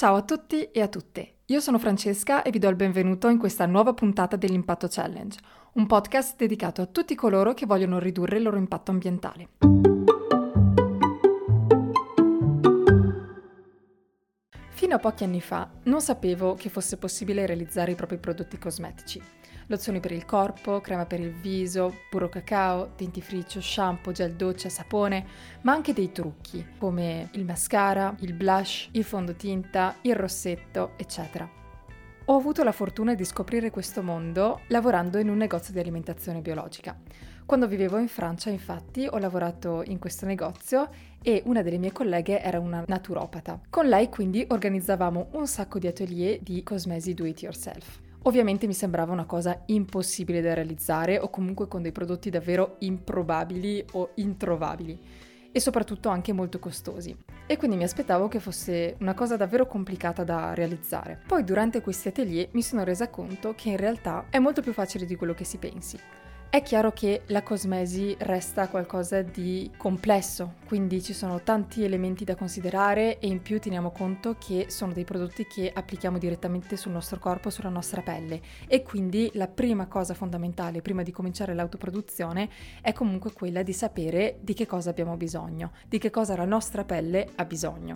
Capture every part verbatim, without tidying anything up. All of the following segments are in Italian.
Ciao a tutti e a tutte, io sono Francesca e vi do il benvenuto in questa nuova puntata dell'Impatto Challenge, un podcast dedicato a tutti coloro che vogliono ridurre il loro impatto ambientale. Fino a pochi anni fa non sapevo che fosse possibile realizzare i propri prodotti cosmetici. Lozioni per il corpo, crema per il viso, burro cacao, dentifricio, shampoo, gel doccia, sapone, ma anche dei trucchi come il mascara, il blush, il fondotinta, il rossetto, eccetera. Ho avuto la fortuna di scoprire questo mondo lavorando in un negozio di alimentazione biologica. Quando vivevo in Francia, infatti, ho lavorato in questo negozio e una delle mie colleghe era una naturopata. Con lei quindi organizzavamo un sacco di atelier di cosmesi do it yourself. Ovviamente mi sembrava una cosa impossibile da realizzare o comunque con dei prodotti davvero improbabili o introvabili e soprattutto anche molto costosi. E quindi mi aspettavo che fosse una cosa davvero complicata da realizzare. Poi durante questi atelier mi sono resa conto che in realtà è molto più facile di quello che si pensi. È chiaro che la cosmesi resta qualcosa di complesso, quindi ci sono tanti elementi da considerare e in più teniamo conto che sono dei prodotti che applichiamo direttamente sul nostro corpo, sulla nostra pelle e quindi la prima cosa fondamentale prima di cominciare l'autoproduzione è comunque quella di sapere di che cosa abbiamo bisogno, di che cosa la nostra pelle ha bisogno.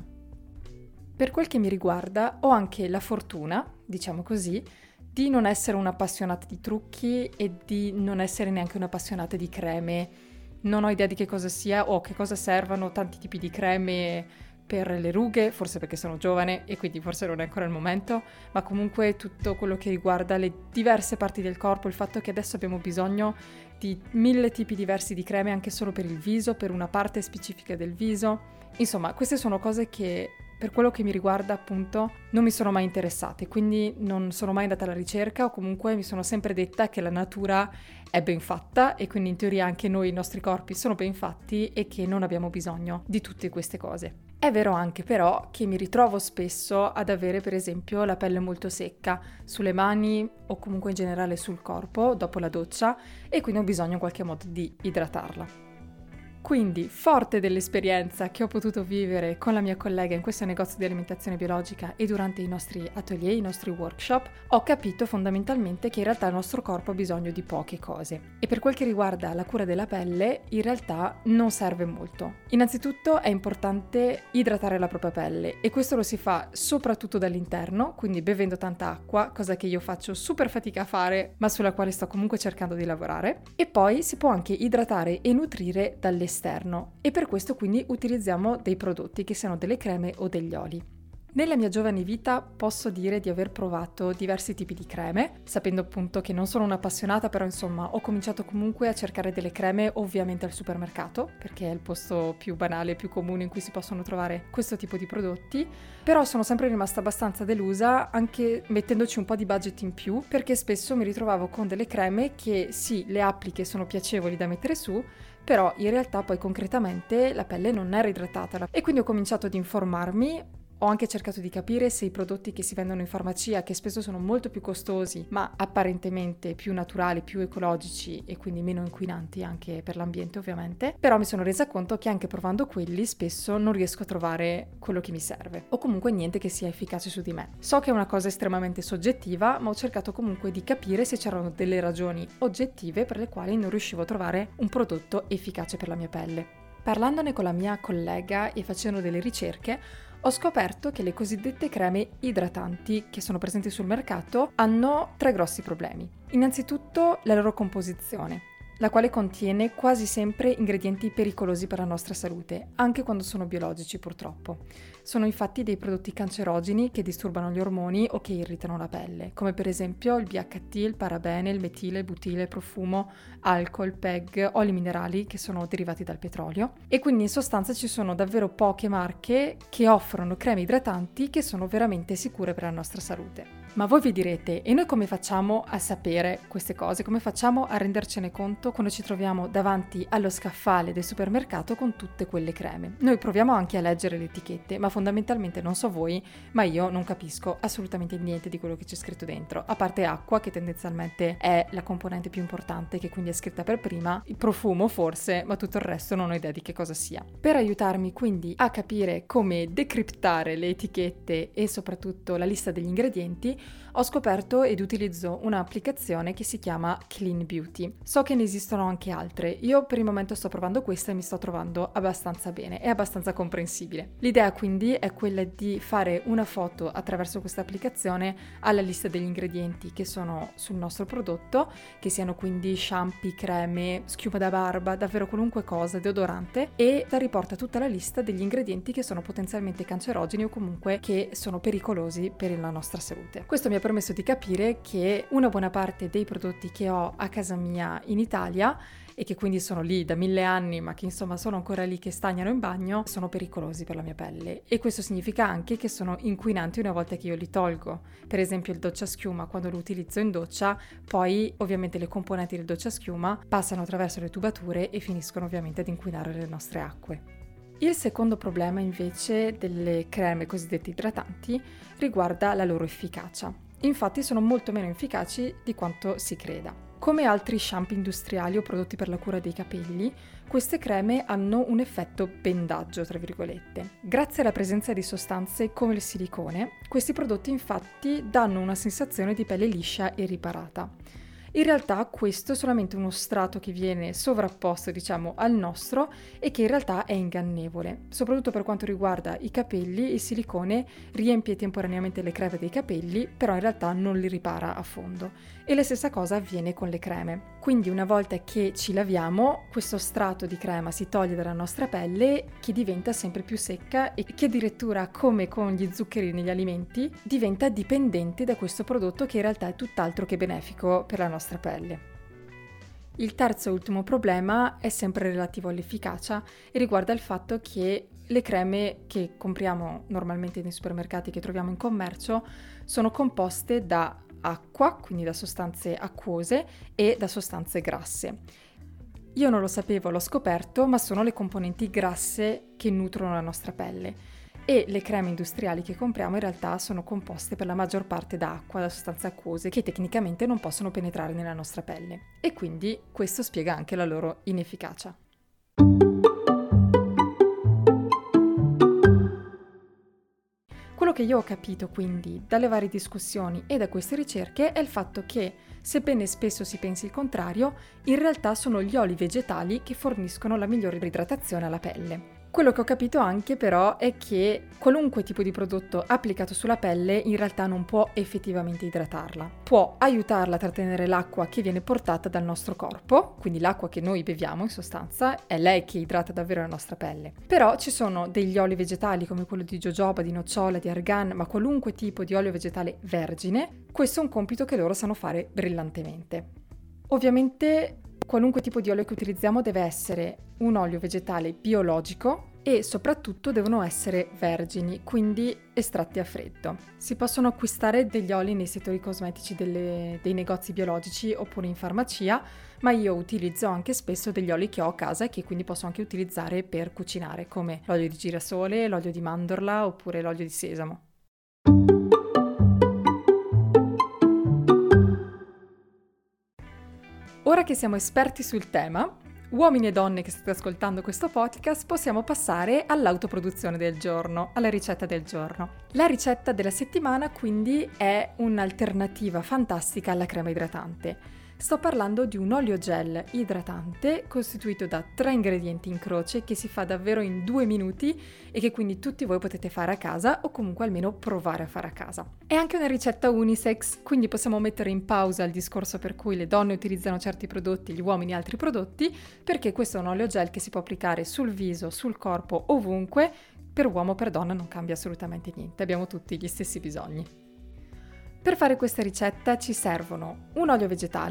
Per quel che mi riguarda ho anche la fortuna, diciamo così, di non essere un'appassionata di trucchi e di non essere neanche un'appassionata di creme. Non ho idea di che cosa sia o che cosa servano tanti tipi di creme per le rughe, forse perché sono giovane e quindi forse non è ancora il momento, ma comunque tutto quello che riguarda le diverse parti del corpo, il fatto che adesso abbiamo bisogno di mille tipi diversi di creme anche solo per il viso, per una parte specifica del viso. Insomma, queste sono cose che per quello che mi riguarda, appunto, non mi sono mai interessate, quindi non sono mai andata alla ricerca o comunque mi sono sempre detta che la natura è ben fatta e quindi in teoria anche noi, i nostri corpi, sono ben fatti e che non abbiamo bisogno di tutte queste cose. È vero anche però che mi ritrovo spesso ad avere per esempio la pelle molto secca sulle mani o comunque in generale sul corpo dopo la doccia e quindi ho bisogno in qualche modo di idratarla. Quindi, forte dell'esperienza che ho potuto vivere con la mia collega in questo negozio di alimentazione biologica e durante i nostri atelier, i nostri workshop, ho capito fondamentalmente che in realtà il nostro corpo ha bisogno di poche cose. E per quel che riguarda la cura della pelle, in realtà non serve molto. Innanzitutto è importante idratare la propria pelle e questo lo si fa soprattutto dall'interno, quindi bevendo tanta acqua, cosa che io faccio super fatica a fare, ma sulla quale sto comunque cercando di lavorare. E poi si può anche idratare e nutrire dall'esterno. Esterno e per questo quindi utilizziamo dei prodotti che siano delle creme o degli oli. Nella mia giovane vita posso dire di aver provato diversi tipi di creme, sapendo appunto che non sono un'appassionata, però insomma ho cominciato comunque a cercare delle creme ovviamente al supermercato, perché è il posto più banale, più comune in cui si possono trovare questo tipo di prodotti, però sono sempre rimasta abbastanza delusa anche mettendoci un po' di budget in più, perché spesso mi ritrovavo con delle creme che sì, le appliche sono piacevoli da mettere su, però in realtà poi concretamente la pelle non era idratata e quindi ho cominciato ad informarmi. Ho anche cercato di capire se i prodotti che si vendono in farmacia, che spesso sono molto più costosi, ma apparentemente più naturali, più ecologici e quindi meno inquinanti anche per l'ambiente ovviamente, però mi sono resa conto che anche provando quelli spesso non riesco a trovare quello che mi serve, o comunque niente che sia efficace su di me. So che è una cosa estremamente soggettiva, ma ho cercato comunque di capire se c'erano delle ragioni oggettive per le quali non riuscivo a trovare un prodotto efficace per la mia pelle. Parlandone con la mia collega e facendo delle ricerche, ho scoperto che le cosiddette creme idratanti che sono presenti sul mercato hanno tre grossi problemi. Innanzitutto la loro composizione, la quale contiene quasi sempre ingredienti pericolosi per la nostra salute, anche quando sono biologici purtroppo. Sono infatti dei prodotti cancerogeni che disturbano gli ormoni o che irritano la pelle, come per esempio il B H T, il parabene, il metile, il butile, il profumo, alcol, P E G, oli minerali che sono derivati dal petrolio. E quindi in sostanza ci sono davvero poche marche che offrono creme idratanti che sono veramente sicure per la nostra salute. Ma voi vi direte, e noi come facciamo a sapere queste cose? Come facciamo a rendercene conto quando ci troviamo davanti allo scaffale del supermercato con tutte quelle creme? Noi proviamo anche a leggere le etichette, ma fondamentalmente non so voi, ma io non capisco assolutamente niente di quello che c'è scritto dentro, a parte acqua, che tendenzialmente è la componente più importante, che quindi è scritta per prima, il profumo forse, ma tutto il resto non ho idea di che cosa sia. Per aiutarmi quindi a capire come decriptare le etichette e soprattutto la lista degli ingredienti, ho scoperto ed utilizzo un'applicazione che si chiama Clean Beauty. So che ne esistono anche altre, io per il momento sto provando questa e mi sto trovando abbastanza bene, è abbastanza comprensibile. L'idea quindi è quella di fare una foto attraverso questa applicazione alla lista degli ingredienti che sono sul nostro prodotto, che siano quindi shampoo, creme, schiuma da barba, davvero qualunque cosa, deodorante, e ti riporta tutta la lista degli ingredienti che sono potenzialmente cancerogeni o comunque che sono pericolosi per la nostra salute. Questo mi ha permesso di capire che una buona parte dei prodotti che ho a casa mia in Italia e che quindi sono lì da mille anni ma che insomma sono ancora lì che stagnano in bagno, sono pericolosi per la mia pelle, e questo significa anche che sono inquinanti una volta che io li tolgo. Per esempio il docciaschiuma, quando lo utilizzo in doccia, poi ovviamente le componenti del docciaschiuma passano attraverso le tubature e finiscono ovviamente ad inquinare le nostre acque. Il secondo problema invece delle creme cosiddette idratanti riguarda la loro efficacia. Infatti sono molto meno efficaci di quanto si creda. Come altri shampoo industriali o prodotti per la cura dei capelli, queste creme hanno un effetto bendaggio, tra virgolette. Grazie alla presenza di sostanze come il silicone, questi prodotti infatti danno una sensazione di pelle liscia e riparata. In realtà questo è solamente uno strato che viene sovrapposto, diciamo, al nostro e che in realtà è ingannevole. Soprattutto per quanto riguarda i capelli, il silicone riempie temporaneamente le crepe dei capelli, però in realtà non li ripara a fondo. E la stessa cosa avviene con le creme. Quindi una volta che ci laviamo, questo strato di crema si toglie dalla nostra pelle, che diventa sempre più secca e che addirittura, come con gli zuccheri negli alimenti, diventa dipendente da questo prodotto che in realtà è tutt'altro che benefico per la nostra pelle. Il terzo e ultimo problema è sempre relativo all'efficacia e riguarda il fatto che le creme che compriamo normalmente nei supermercati, che troviamo in commercio, sono composte da acqua, quindi da sostanze acquose, e da sostanze grasse. Io non lo sapevo, l'ho scoperto, ma sono le componenti grasse che nutrono la nostra pelle. E le creme industriali che compriamo in realtà sono composte per la maggior parte da acqua, da sostanze acquose che tecnicamente non possono penetrare nella nostra pelle, e quindi questo spiega anche la loro inefficacia. Quello che io ho capito quindi dalle varie discussioni e da queste ricerche è il fatto che, sebbene spesso si pensi il contrario, in realtà sono gli oli vegetali che forniscono la migliore idratazione alla pelle. Quello che ho capito anche però è che qualunque tipo di prodotto applicato sulla pelle in realtà non può effettivamente idratarla. Può aiutarla a trattenere l'acqua che viene portata dal nostro corpo, quindi l'acqua che noi beviamo in sostanza, è lei che idrata davvero la nostra pelle. Però ci sono degli oli vegetali come quello di jojoba, di nocciola, di argan, ma qualunque tipo di olio vegetale vergine, questo è un compito che loro sanno fare brillantemente. Ovviamente qualunque tipo di olio che utilizziamo deve essere un olio vegetale biologico e soprattutto devono essere vergini, quindi estratti a freddo. Si possono acquistare degli oli nei settori cosmetici delle, dei negozi biologici oppure in farmacia, ma io utilizzo anche spesso degli oli che ho a casa e che quindi posso anche utilizzare per cucinare, come l'olio di girasole, l'olio di mandorla oppure l'olio di sesamo. Ora che siamo esperti sul tema, uomini e donne che state ascoltando questo podcast, possiamo passare all'autoproduzione del giorno, alla ricetta del giorno. La ricetta della settimana quindi è un'alternativa fantastica alla crema idratante. Sto parlando di un olio gel idratante costituito da tre ingredienti in croce che si fa davvero in due minuti e che quindi tutti voi potete fare a casa o comunque almeno provare a fare a casa. È anche una ricetta unisex, quindi possiamo mettere in pausa il discorso per cui le donne utilizzano certi prodotti e gli uomini altri prodotti, perché questo è un olio gel che si può applicare sul viso, sul corpo, ovunque. Per uomo o per donna non cambia assolutamente niente, abbiamo tutti gli stessi bisogni. Per fare questa ricetta ci servono un olio vegetale,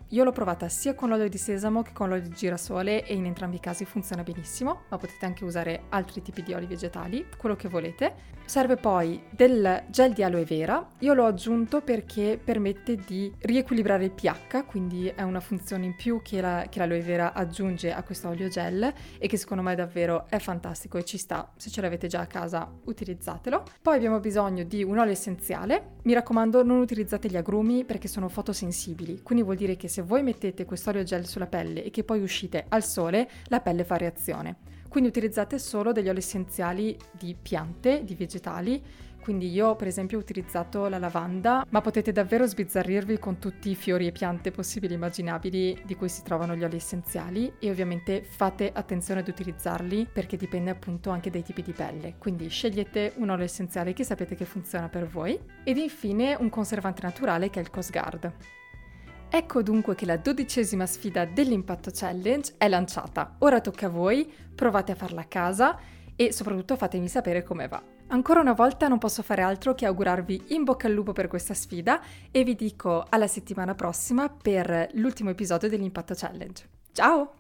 Io l'ho provata sia con l'olio di sesamo che con l'olio di girasole e in entrambi i casi funziona benissimo, ma potete anche usare altri tipi di oli vegetali, quello che volete. Serve poi del gel di aloe vera, io l'ho aggiunto perché permette di riequilibrare il pH, quindi è una funzione in più che, la, che l'aloe vera aggiunge a questo olio gel e che secondo me davvero è fantastico e ci sta. Se ce l'avete già a casa utilizzatelo. Poi abbiamo bisogno di un olio essenziale, mi raccomando non utilizzate gli agrumi perché sono fotosensibili, quindi vuol dire che se voi mettete quest'olio gel sulla pelle e che poi uscite al sole, la pelle fa reazione. Quindi utilizzate solo degli oli essenziali di piante, di vegetali, quindi io per esempio ho utilizzato la lavanda, ma potete davvero sbizzarrirvi con tutti i fiori e piante possibili e immaginabili di cui si trovano gli oli essenziali e ovviamente fate attenzione ad utilizzarli perché dipende appunto anche dai tipi di pelle, quindi scegliete un olio essenziale che sapete che funziona per voi ed infine un conservante naturale che è il Coast Guard. Ecco dunque che la dodicesima sfida dell'Impatto Challenge è lanciata. Ora tocca a voi, provate a farla a casa e soprattutto fatemi sapere come va. Ancora una volta non posso fare altro che augurarvi in bocca al lupo per questa sfida e vi dico alla settimana prossima per l'ultimo episodio dell'Impatto Challenge. Ciao!